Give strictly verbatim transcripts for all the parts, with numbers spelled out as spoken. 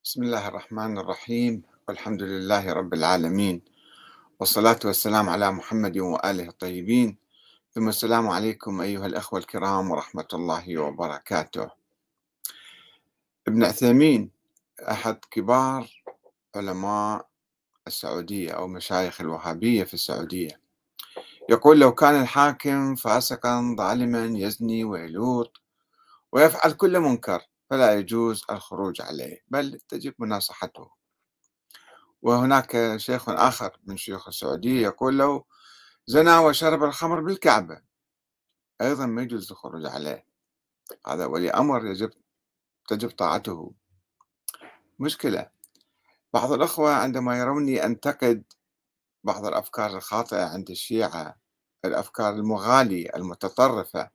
بسم الله الرحمن الرحيم والحمد لله رب العالمين والصلاة والسلام على محمد وآله الطيبين ثم السلام عليكم أيها الأخوة الكرام ورحمة الله وبركاته. ابن عثيمين أحد كبار علماء السعودية أو مشايخ الوهابية في السعودية يقول: لو كان الحاكم فاسقا ظالما يزني ويلوط ويفعل كل منكر فلا يجوز الخروج عليه بل تجب مناصحته. وهناك شيخ آخر من شيوخ السعودية يقول: لو زنى وشرب الخمر بالكعبة أيضا ما يجوز الخروج عليه، هذا ولي أمر يجب تجب طاعته. مشكلة بعض الأخوة عندما يروني أنتقد بعض الأفكار الخاطئة عند الشيعة، الأفكار المغالية المتطرفة،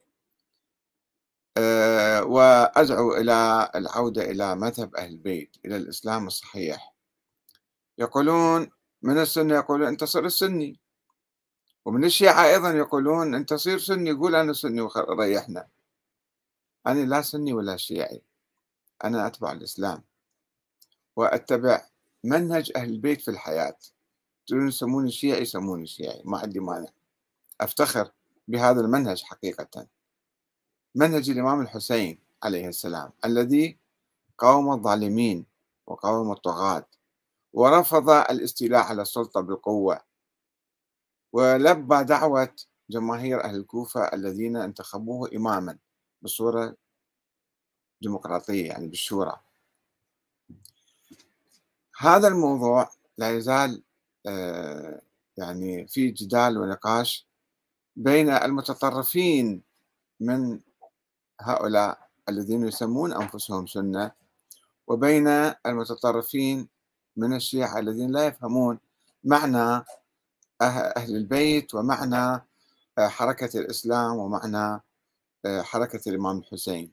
أه وأدعو إلى العودة إلى مذهب أهل البيت، إلى الإسلام الصحيح، يقولون من السنة يقولون أنت صر السني، ومن الشيعة أيضا يقولون أنت صير سني، قول أنا سني وريحنا. أنا لا سني ولا شيعي، أنا أتبع الإسلام وأتبع منهج أهل البيت في الحياة. تريدون يسموني شيعي يسموني شيعي، ما عندي مانع، أفتخر بهذا المنهج حقيقة، منهج الإمام الحسين عليه السلام الذي قاوم الظالمين وقاوم الطغاة ورفض الاستيلاء على السلطة بالقوة، ولبى دعوة جماهير أهل الكوفة الذين انتخبوه إماما بصورة ديمقراطية، يعني بالشورى. هذا الموضوع لا يزال آه، يعني في جدال ونقاش بين المتطرفين من هؤلاء الذين يسمون أنفسهم سنة، وبين المتطرفين من الشيعة الذين لا يفهمون معنى أه- أهل البيت ومعنى آه، حركة الإسلام ومعنى آه، حركة الإمام الحسين.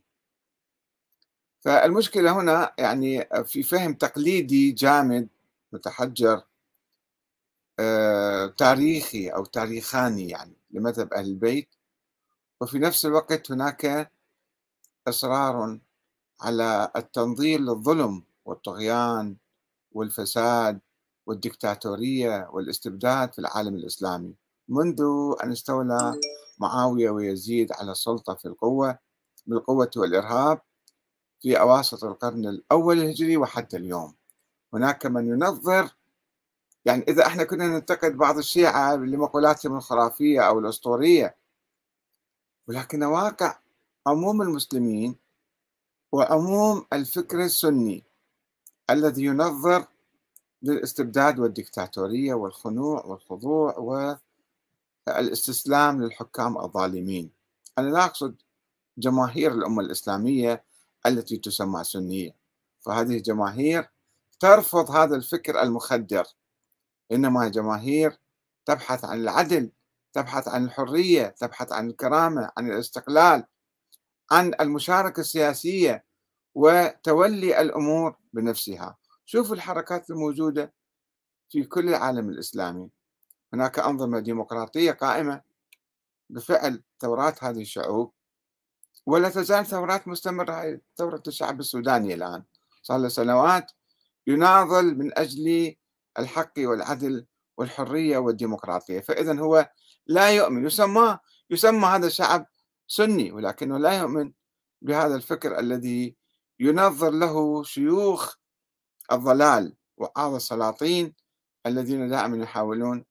فالمشكلة هنا يعني في فهم تقليدي جامد متحجر، آه، تاريخي أو تاريخاني يعني لمذهب أهل البيت، وفي نفس الوقت هناك إصرار على التنظير للظلم والطغيان والفساد والديكتاتورية والاستبداد في العالم الإسلامي منذ أن استولى معاوية ويزيد على السلطة في القوة بالقوة والإرهاب في أواسط القرن الأول الهجري وحتى اليوم. هناك من ينظر، يعني إذا إحنا كنا ننتقد بعض الشيعة لمقولاتهم الخرافية أو الأسطورية، ولكن واقع عموم المسلمين وعموم الفكر السني الذي ينظر للاستبداد والديكتاتورية والخنوع والخضوع والاستسلام للحكام الظالمين. أنا لا أقصد جماهير الأمة الإسلامية التي تسمى سنية، فهذه جماهير ترفض هذا الفكر المخدر، إنما هي جماهير تبحث عن العدل، تبحث عن الحرية، تبحث عن الكرامة، عن الاستقلال، عن المشاركة السياسية وتولي الأمور بنفسها. شوفوا الحركات الموجودة في كل العالم الإسلامي، هناك أنظمة ديمقراطية قائمة بفعل ثورات هذه الشعوب، ولا تزال ثورات مستمرة. هاي ثورة الشعب السوداني الآن صار له سنوات يناضل من أجل الحق والعدل والحرية والديمقراطية. فإذا هو لا يؤمن، يسمى يسمى هذا الشعب سني، ولكنه لا يؤمن بهذا الفكر الذي ينظر له شيوخ الضلال وعاظ السلاطين الذين دائما يحاولون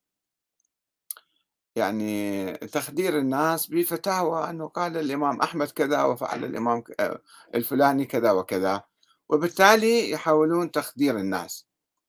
يعني تخدير الناس بفتاوى أنه قال الإمام أحمد كذا وفعل الإمام ك- الفلاني كذا وكذا، وبالتالي يحاولون تخدير الناس.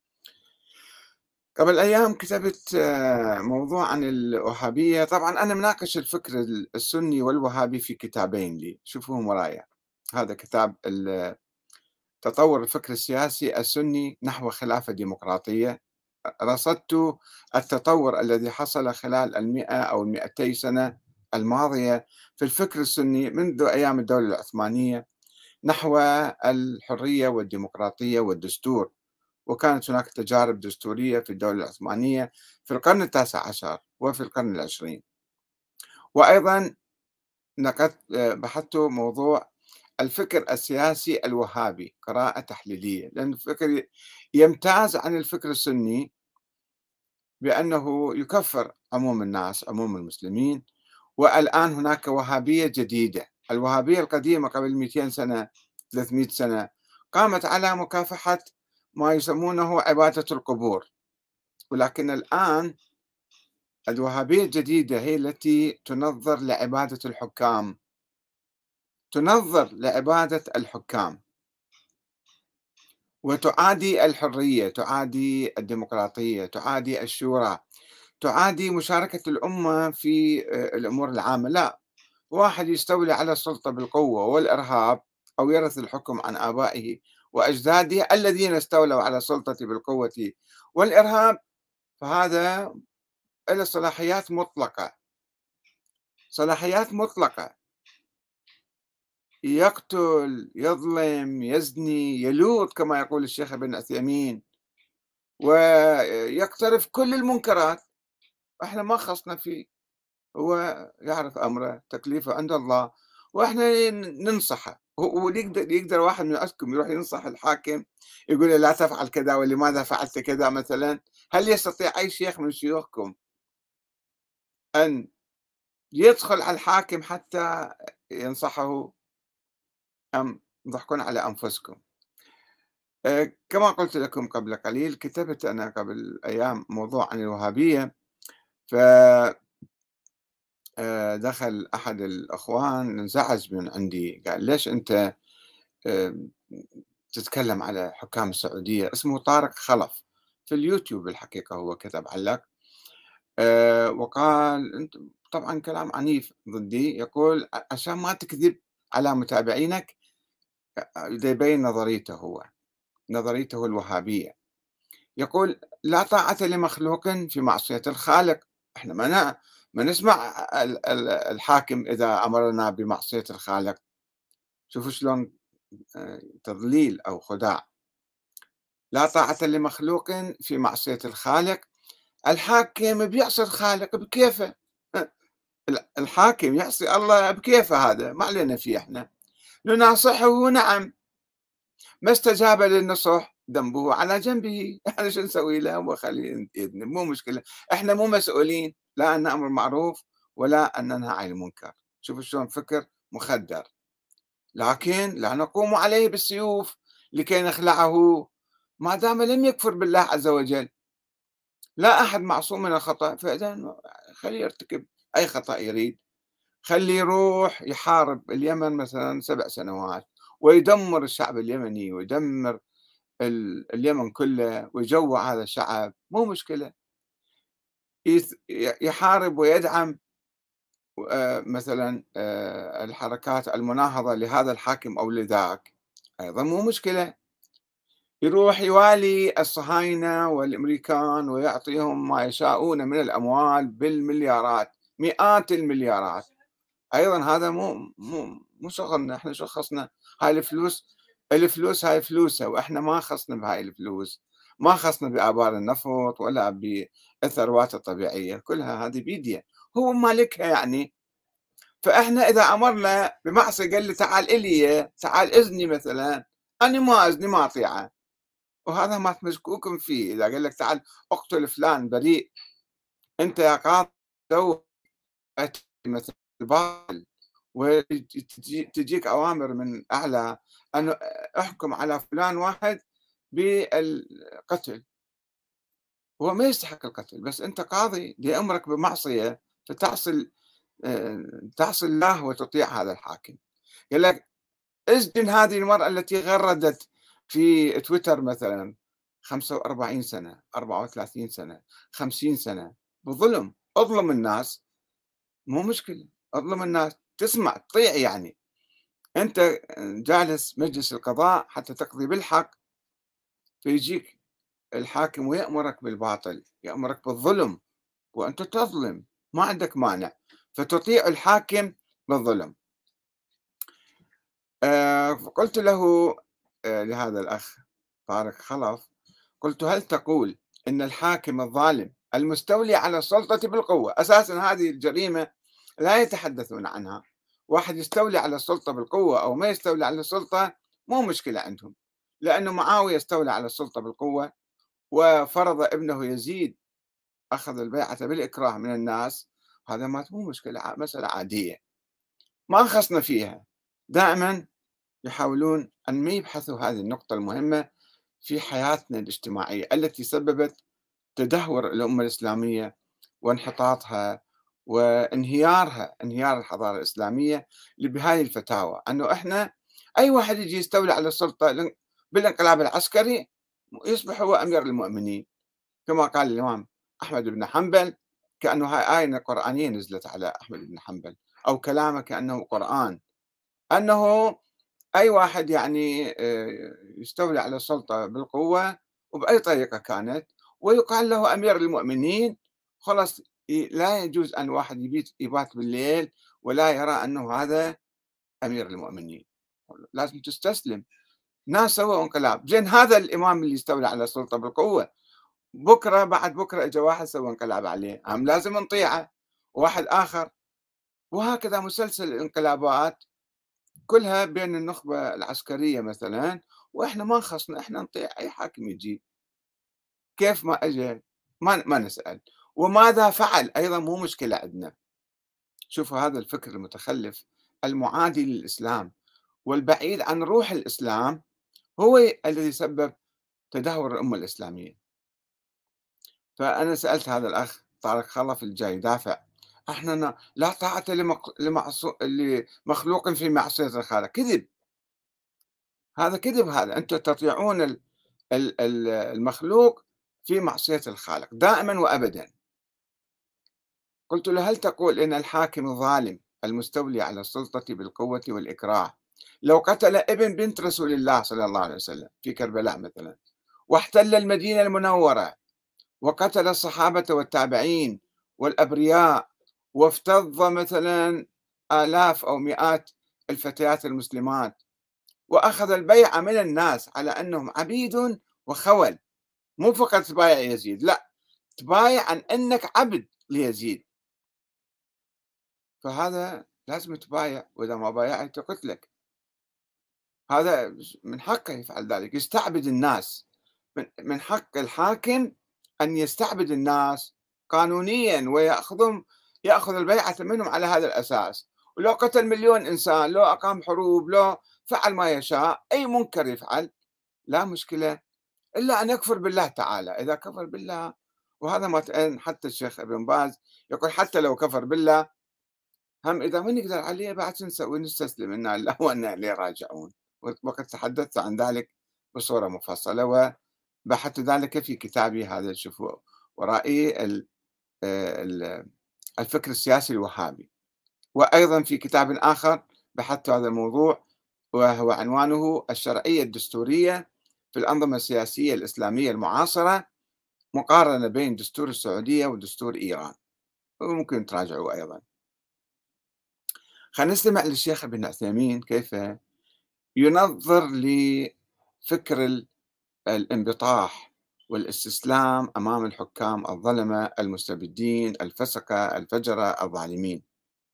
قبل أيام كتبت آه، موضوع عن الوهابية. طبعا أنا مناقش الفكر السني والوهابي في كتابين لي، شوفوهم ورايا. هذا كتاب ال- تطور الفكر السياسي السني نحو خلافة ديمقراطية، رصدت التطور الذي حصل خلال المئة أو المئتي سنة الماضية في الفكر السني منذ أيام الدولة العثمانية نحو الحرية والديمقراطية والدستور، وكانت هناك تجارب دستورية في الدولة العثمانية في القرن التاسع عشر وفي القرن العشرين. وأيضا نقدت بحثت موضوع الفكر السياسي الوهابي قراءة تحليلية، لأن الفكر يمتاز عن الفكر السني بأنه يكفر عموم الناس، عموم المسلمين. والآن هناك وهابية جديدة. الوهابية القديمة قبل مئتين سنة، ثلاثمئة سنة، قامت على مكافحة ما يسمونه عبادة القبور، ولكن الآن الوهابية الجديدة هي التي تنظر لعبادة الحكام، تنظر لعبادة الحكام وتعادي الحرية، تعادي الديمقراطية، تعادي الشورى، تعادي مشاركة الأمة في الأمور العامة. لا، واحد يستولي على السلطة بالقوة والإرهاب أو يرث الحكم عن آبائه وأجداده الذين استولوا على السلطة بالقوة والإرهاب، فهذا له صلاحيات مطلقة، صلاحيات مطلقة، يقتل، يظلم، يزني، يلوط كما يقول الشيخ ابن عثيمين، ويقترف كل المنكرات. احنا ما خصنا فيه، هو يعرف امره تكليفه عند الله، واحنا ننصحه. ويقدر يقدر واحد من عندكم يروح ينصح الحاكم، يقول له لا تفعل كذا ولماذا فعلت كذا مثلا؟ هل يستطيع اي شيخ من شيوخكم ان يدخل على الحاكم حتى ينصحه، ام تضحكون على انفسكم؟ آه، كما قلت لكم قبل قليل، كتبت انا قبل ايام موضوع عن الوهابيه، ف آه، دخل أحد الأخوان انزعج من عندي، قال ليش أنت آه، تتكلم على حكام السعودية؟ اسمه طارق خلف في اليوتيوب، الحقيقة هو كتب علق آه، وقال أنت طبعا كلام عنيف ضدي، يقول عشان ما تكذب على متابعينك، آه، يبين نظريته هو، نظريته الوهابية. يقول لا طاعة لمخلوق في معصية الخالق. احنا ما ما نسمع ال- ال- الحاكم إذا أمرنا بمعصية الخالق. شوفوا شلون آه، تضليل أو خداع. لا طاعة لمخلوق في معصية الخالق. الحاكم بيعصي الخالق بكيفه. الحاكم يعصي الله بكيفه، هذا ما علينا فيه، احنا نناصحه نعم، ما استجاب للنصح ذنبه على جنبه. احنا شو نسوي له؟ وخليه يذنب، مو مشكلة. احنا مو مسؤولين لا أن نأمر معروف ولا أن ننهى عن المنكر. شوفوا شلون فكر مخدر. لكن لا نقوم عليه بالسيوف لكي نخلعه ما دام لم يكفر بالله عز وجل. لا أحد معصوم من الخطأ، فإذا خليه يرتكب أي خطأ يريد، خليه يروح يحارب اليمن مثلا سبع سنوات ويدمر الشعب اليمني ويدمر ال- اليمن كله ويجوع هذا الشعب، مو مشكلة. يث- يحارب ويدعم آه، مثلا آه، الحركات المناهضة لهذا الحاكم أو لذاك، أيضا مو مشكلة. يروح يوالي الصهاينة والأمريكان ويعطيهم ما يشاءون من الأموال بالمليارات، مئات المليارات. أيضا هذا مو مو مو شغلنا، احنا شو خصنا؟ هاي الفلوس، الفلوس هاي فلوسه، واحنا ما خصنا بهاي الفلوس، ما خصنا بآبار النفط ولا بالثروات الطبيعية، كلها هذه بيديه، هو مالكها يعني. فاحنا اذا امرنا بمعصية قال لي تعال الي، تعال اذني مثلا، انا ما اذني ما اطيعه، وهذا ما مشكوك فيه. اذا قال لك تعال اقتل فلان بريء، انت يا قاضي تو مثل الباطل، وتجيك أوامر من أعلى أن أحكم على فلان واحد بالقتل، هو ما يستحق القتل، بس أنت قاضي لأمرك بمعصية فتعصي آه، تعصي الله وتطيع هذا الحاكم. قال لك اسجن هذه المرأة التي غردت في تويتر مثلا خمسة وأربعين سنة، أربعة وثلاثين سنة، خمسين سنة، بظلم. اظلم الناس، مو مشكلة، اظلم الناس، تسمع تطيع يعني. أنت جالس مجلس القضاء حتى تقضي بالحق، فيجيك الحاكم ويأمرك بالباطل، يأمرك بالظلم، وأنت تظلم، ما عندك مانع، فتطيع الحاكم بالظلم. آه، فقلت له آه، لهذا الأخ طارق خلف، قلت هل تقول إن الحاكم الظالم المستولي على السلطة بالقوة، أساسا هذه الجريمة لا يتحدثون عنها واحد يستولي على السلطة بالقوة أو ما يستولي على السلطة مو مشكلة عندهم، لأنه معاوية استولى على السلطة بالقوة وفرض ابنه يزيد أخذ البيعة بالإكراه من الناس، هذا ما مو مشكلة، مسألة عادية ما أنخصنا فيها. دائما يحاولون أن ما يبحثوا هذه النقطة المهمة في حياتنا الاجتماعية التي سببت تدهور الأمة الإسلامية وانحطاطها وانهيارها، انهيار الحضارة الإسلامية بهذه الفتاوى، أنه إحنا أي واحد يجي يستولي على السلطة بالانقلاب العسكري يصبح هو أمير المؤمنين، كما قال الإمام أحمد بن حنبل كأنه هاي آية قرآنية نزلت على أحمد بن حنبل، أو كلامه كأنه قرآن، أنه أي واحد يعني آه، يستولي على السلطة بالقوة وبأي طريقة كانت ويقال له أمير المؤمنين، خلاص لا يجوز أن واحد يبيت يبات بالليل ولا يرى أنه هذا أمير المؤمنين، لازم تستسلم. ناس سووا انقلاب، زين هذا الإمام اللي استولى على السلطة بالقوة بكرة بعد بكرة إجا واحد سوى انقلاب عليه، هم لازم نطيعه، واحد آخر، وهكذا مسلسل الانقلابات كلها بين النخبة العسكرية مثلا، وإحنا ما نخصنا، إحنا نطيع أي حاكم يجي كيف ما أجى، ما ما نسأل وماذا فعل أيضا مو مشكلة عندنا. شوفوا هذا الفكر المتخلف المعادي للإسلام والبعيد عن روح الإسلام هو الذي سبب تدهور الأمة الإسلامية. فأنا سألت هذا الأخ طارق خلف الجاي يدافع، احنا ن- لا طاعة لمق- لمعصو- لمخلوق في معصية الخالق، كذب، هذا كذب، هذا أنتم تطيعون ال- ال- ال- المخلوق في معصية الخالق دائما وأبدا. قلت له هل تقول إن الحاكم الظالم المستولي على السلطة بالقوة والإكراه لو قتل ابن بنت رسول الله صلى الله عليه وسلم في كربلاء مثلا واحتل المدينة المنورة وقتل الصحابة والتابعين والأبرياء وافتض مثلا آلاف أو مئات الفتيات المسلمات وأخذ البيعة من الناس على أنهم عبيد وخول، مو فقط تبايع يزيد، لا، تبايع عن أنك عبد ليزيد، فهذا لازم تبايع، وإذا ما بايعت قتلك، هذا من حقه يفعل ذلك، يستعبد الناس، من من حق الحاكم أن يستعبد الناس قانونيا ويأخذهم، يأخذ البيعة منهم على هذا الأساس، ولو قتل مليون إنسان، لو أقام حروب، لو فعل ما يشاء، أي منكر يفعل لا مشكلة، إلا أن يكفر بالله تعالى، إذا كفر بالله، وهذا ما ت- حتى الشيخ ابن باز يقول حتى لو كفر بالله هم إذا ما نقدر عليه بعد شو نسوي، نستسلم إنا لله وإنا إليه راجعون، وقد تحدثت عن ذلك بصورة مفصلة وبحثت ذلك في كتابي هذا، شوفوا ورائي ال- ال- الفكر السياسي الوهابي، وأيضا في كتاب آخر بحثت هذا الموضوع وهو عنوانه الشرعية الدستورية في الأنظمة السياسية الإسلامية المعاصرة، مقارنة بين دستور السعودية ودستور إيران، وممكن تراجعوا أيضا. خلينا نستمع للشيخ ابن عثيمين كيف ينظر لفكر ال- الانبطاح والاستسلام أمام الحكام الظلمة المستبدين الفسقة الفجرة الظالمين.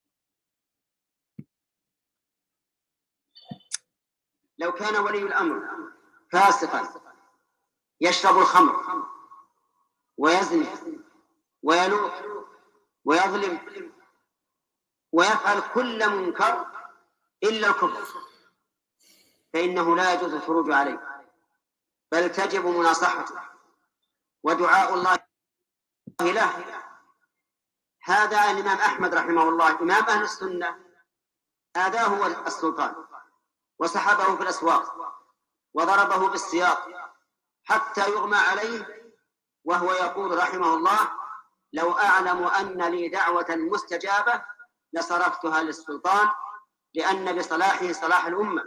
لو كان ولي الأمر فاسقا يشرب الخمر ويزني ويلوح ويظلم ويفعل كل منكر إلا الكفر، فإنه لا يجوز الخروج عليه، بل تجب مناصحته ودعاء الله له. هذا الإمام أحمد رحمه الله إمام أهل السنة آذاه السلطان وسحبه في الأسواق وضربه بالسياط حتى يغمى عليه، وهو يقول رحمه الله: لو أعلم أن لي دعوة مستجابة لصرفتها للسلطان، لأن بصلاحه صلاح الأمة.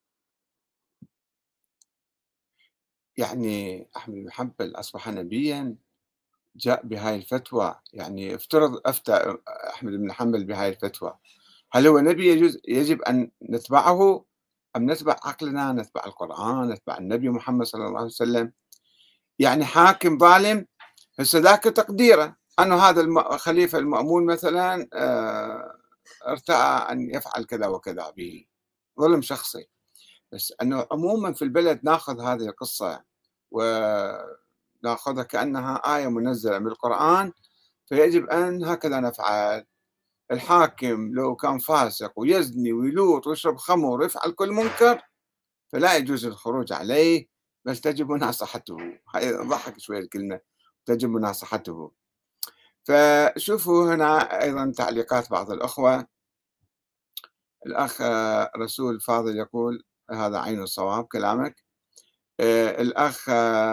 يعني أحمد بن حنبل أصبح نبيا جاء بهاي الفتوى، يعني افترض أفتى أحمد بن حنبل بهاي الفتوى، هل هو نبي يجوز يجب أن نتبعه أم نتبع عقلنا، نتبع القرآن، نتبع النبي محمد صلى الله عليه وسلم؟ يعني حاكم ظالم هسه ذاك تقديره أنه هذا الخليفة المأمون مثلا آه ارتأى أن يفعل كذا وكذا به، ظلم شخصي. بس أنه عموما في البلد ناخذ هذه القصة وناخذها كأنها آية منزلة بالقرآن، فيجب أن هكذا نفعل. الحاكم لو كان فاسق ويزني ويلوط ويشرب خمر ويفعل كل منكر فلا يجوز الخروج عليه، بل تجب مناصحته. هاي ضحك شوية الكلمة، تجب مناصحته. فشوفوا هنا أيضا تعليقات بعض الأخوة. الأخ رسول فاضل يقول هذا عين الصواب كلامك. الأخ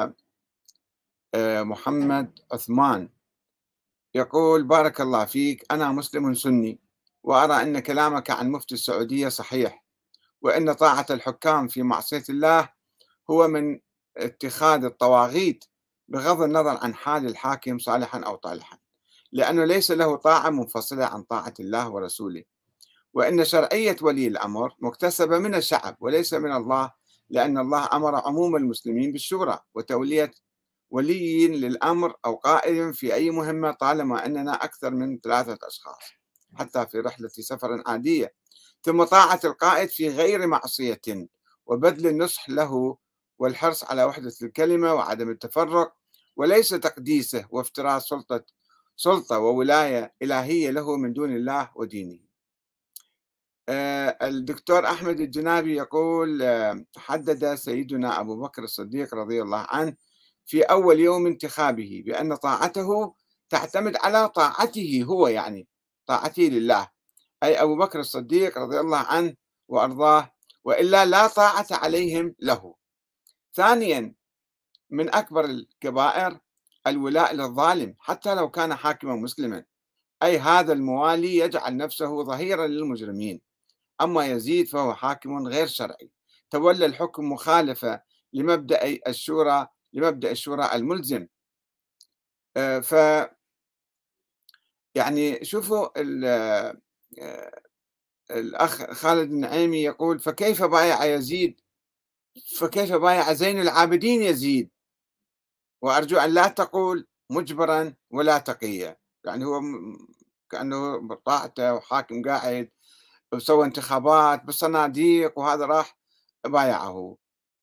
محمد عثمان يقول بارك الله فيك، أنا مسلم سني وأرى أن كلامك عن مفتي السعودية صحيح، وأن طاعة الحكام في معصية الله هو من اتخاذ الطواغيت بغض النظر عن حال الحاكم صالحا أو طالحا، لأنه ليس له طاعة منفصلة عن طاعة الله ورسوله، وأن شرعية ولي الأمر مكتسبة من الشعب وليس من الله، لأن الله أمر عموم المسلمين بالشورى وتولية ولي للأمر أو قائد في أي مهمة طالما أننا أكثر من ثلاثة أشخاص حتى في رحلة سفر عادية، ثم طاعة القائد في غير معصية وبذل النصح له والحرص على وحدة الكلمة وعدم التفرق، وليس تقديسه وافتراء سلطة سلطة وولاية إلهية له من دون الله ودينه. الدكتور أحمد الجنابي يقول حدد سيدنا أبو بكر الصديق رضي الله عنه في أول يوم انتخابه بأن طاعته تعتمد على طاعته هو، يعني طاعته لله، أي أبو بكر الصديق رضي الله عنه وأرضاه، وإلا لا طاعة عليهم له. ثانيا، من أكبر الكبائر الولاء للظالم حتى لو كان حاكما مسلما، أي هذا الموالي يجعل نفسه ظهيرا للمجرمين. أما يزيد فهو حاكم غير شرعي تولى الحكم مخالفة لمبدأ الشورى لمبدأ الشورى الملزم. ف يعني شوفوا الأخ خالد النعيمي يقول فكيف بايع يزيد فكيف بايع زين العابدين يزيد، وأرجو أن لا تقول مجبرا ولا تقيا، يعني هو كأنه بطاعته وحاكم قاعد وسوى انتخابات بالصناديق وهذا راح بايعه.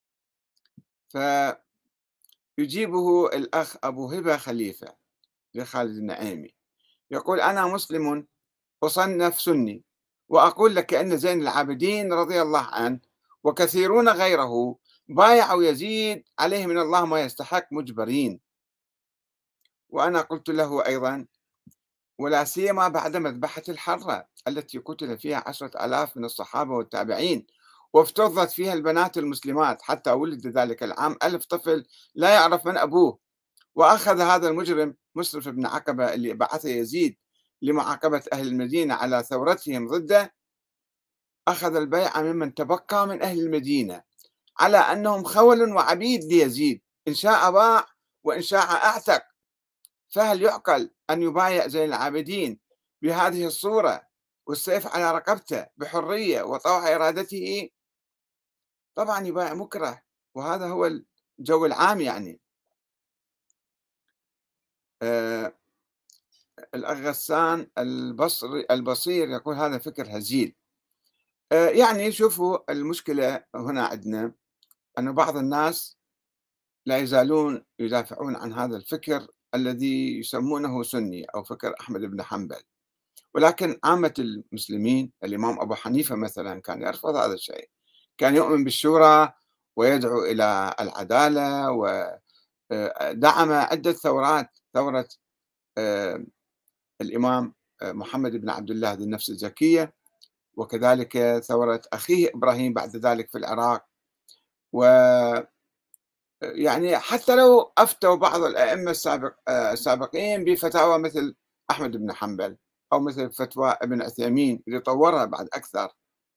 فيجيبه الأخ أبو هبة خليفة لخالد النعيمي يقول أنا مسلم أصنف سني وأقول لك أن زين العابدين رضي الله عنه وكثيرون غيره بايعوا يزيد عليه من الله ما يستحق مجبرين. وأنا قلت له أيضا ولا سيما بعد مذبحة الحرة التي قتل فيها عشرة آلاف من الصحابة والتابعين وافترضت فيها البنات المسلمات حتى ولد ذلك العام ألف طفل لا يعرف من أبوه، وأخذ هذا المجرم مسرف بن عقبة اللي بعث يزيد لمعاقبة أهل المدينة على ثورتهم ضده، أخذ البيعة ممن تبقى من أهل المدينة على أنهم خول وعبيد ليزيد، إن شاء باع وإن شاء أعتق. فهل يعقل أن يبايع زين العابدين بهذه الصورة والسيف على رقبته بحرية وطوع إرادته؟ طبعا يبايع مكره، وهذا هو الجو العام. يعني آه الأخ غسان البصري البصير يقول هذا فكر هزيل. آه يعني شوفوا المشكلة هنا عندنا أن بعض الناس لا يزالون يدافعون عن هذا الفكر الذي يسمونه سني أو فكر أحمد بن حنبل، ولكن عامة المسلمين الإمام أبو حنيفة مثلا كان يرفض هذا الشيء، كان يؤمن بالشورى ويدعو إلى العدالة، ودعم عدة ثورات، ثورة الإمام محمد بن عبد الله ذي النفس الزكية، وكذلك ثورة أخيه إبراهيم بعد ذلك في العراق. و يعني حتى لو أفتوا بعض الأئمة السابق السابقين بفتاوى مثل أحمد بن حنبل أو مثل فتوى ابن عثيمين اللي طورها بعد أكثر،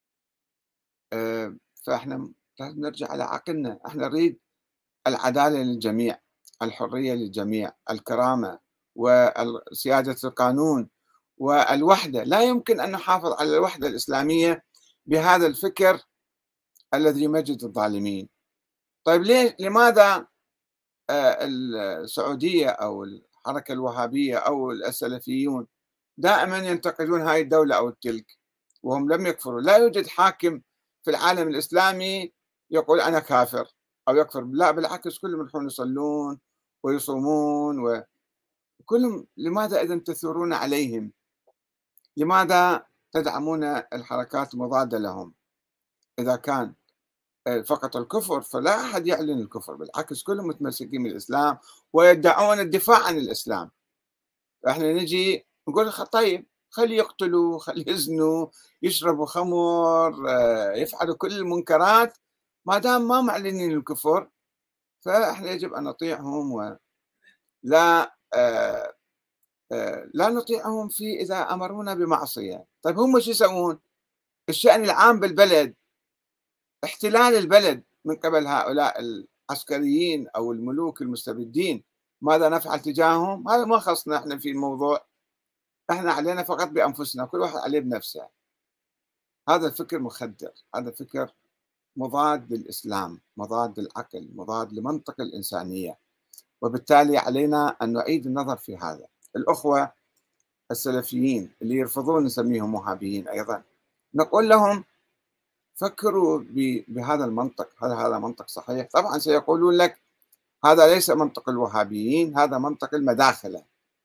فإحنا لازم نرجع على عقلنا. إحنا نريد العدالة للجميع، الحرية للجميع، الكرامة وسيادة القانون والوحدة. لا يمكن أن نحافظ على الوحدة الإسلامية بهذا الفكر الذي يمجد الظالمين. طيب ليه لماذا السعودية أو الحركة الوهابية أو السلفيون دائما ينتقدون هاي الدولة أو تلك وهم لم يكفروا. لا يوجد حاكم في العالم الإسلامي يقول أنا كافر أو يكفر، لا بالعكس كلهم يروحون يصلون ويصومون وكلهم. لماذا إذا تثورون عليهم؟ لماذا تدعمون الحركات المضادة لهم؟ إذا كان فقط الكفر فلا أحد يعلن الكفر، بالعكس كلهم متمسكين بالإسلام ويدعون الدفاع عن الإسلام. احنا نجي نقول طيب خلي يقتلوا، خلي يزنوا، يشربوا خمر، يفعلوا كل المنكرات، ما دام ما معلنين الكفر فاحنا يجب ان نطيعهم ولا آه آه لا نطيعهم في اذا امرونا بمعصيه. طيب هم شو يسوون؟ الشأن العام بالبلد، احتلال البلد من قبل هؤلاء العسكريين او الملوك المستبدين، ماذا نفعل تجاههم؟ هذا ما خصنا احنا في الموضوع، احنا علينا فقط بانفسنا، كل واحد عليه بنفسه. هذا الفكر مخدر، هذا فكر مضاد للاسلام، مضاد للعقل، مضاد لمنطق الانسانيه، وبالتالي علينا ان نعيد النظر في هذا. الاخوه السلفيين اللي يرفضون نسميهم وهابيين ايضا، نقول لهم فكروا بهذا المنطق، هل هذا منطق صحيح؟ طبعا سيقولون لك هذا ليس منطق الوهابيين، هذا منطق المداخله.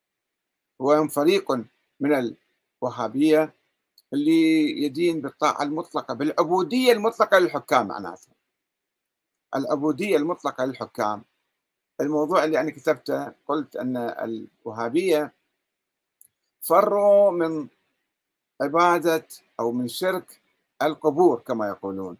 هو فريق من الوهابيه اللي يدين بالطاعة المطلقة، بالعبودية المطلقة للحكام، معناته العبودية المطلقة للحكام. الموضوع اللي أنا كتبته قلت أن الوهابية فروا من عبادة أو من شرك القبور كما يقولون،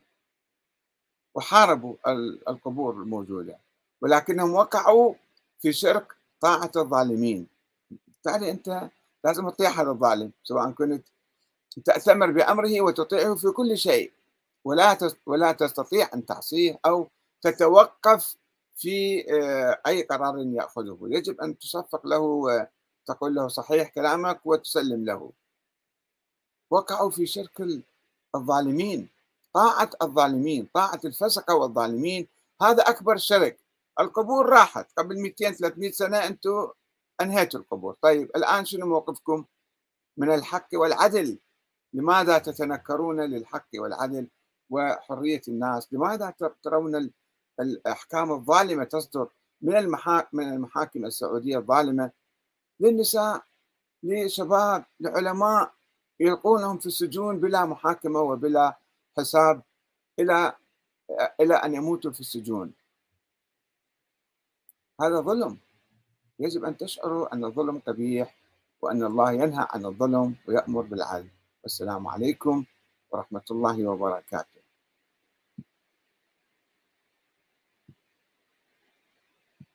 وحاربوا القبور الموجودة، ولكنهم وقعوا في شرك طاعة الظالمين. بالتالي أنت لازم تطيع هذا الظالم، سواء كنت تأتمر بأمره وتطيعه في كل شيء، ولا ولا تستطيع أن تعصيه أو تتوقف في أي قرار يأخذه. يجب أن تصفق له وتقول له صحيح كلامك وتسلم له. وقعوا في شرك الظالمين، طاعة الظالمين، طاعة الفسقة والظالمين، هذا أكبر شرك. القبور راحت قبل مئتين ثلاثمئة سنة، أنتم أنهيتوا القبور. طيب الآن شنو موقفكم من الحق والعدل؟ لماذا تتنكرون للحق والعدل وحرية الناس؟ لماذا ترون الأحكام الظالمة تصدر من من المحاكم السعودية الظالمة للنساء، لشباب، لعلماء، يلقونهم في السجون بلا محاكمة وبلا حساب إلى إلى أن يموتوا في السجون؟ هذا ظلم. يجب أن تشعروا أن الظلم قبيح، وأن الله ينهى عن الظلم ويأمر بالعدل. والسلام عليكم ورحمة الله وبركاته.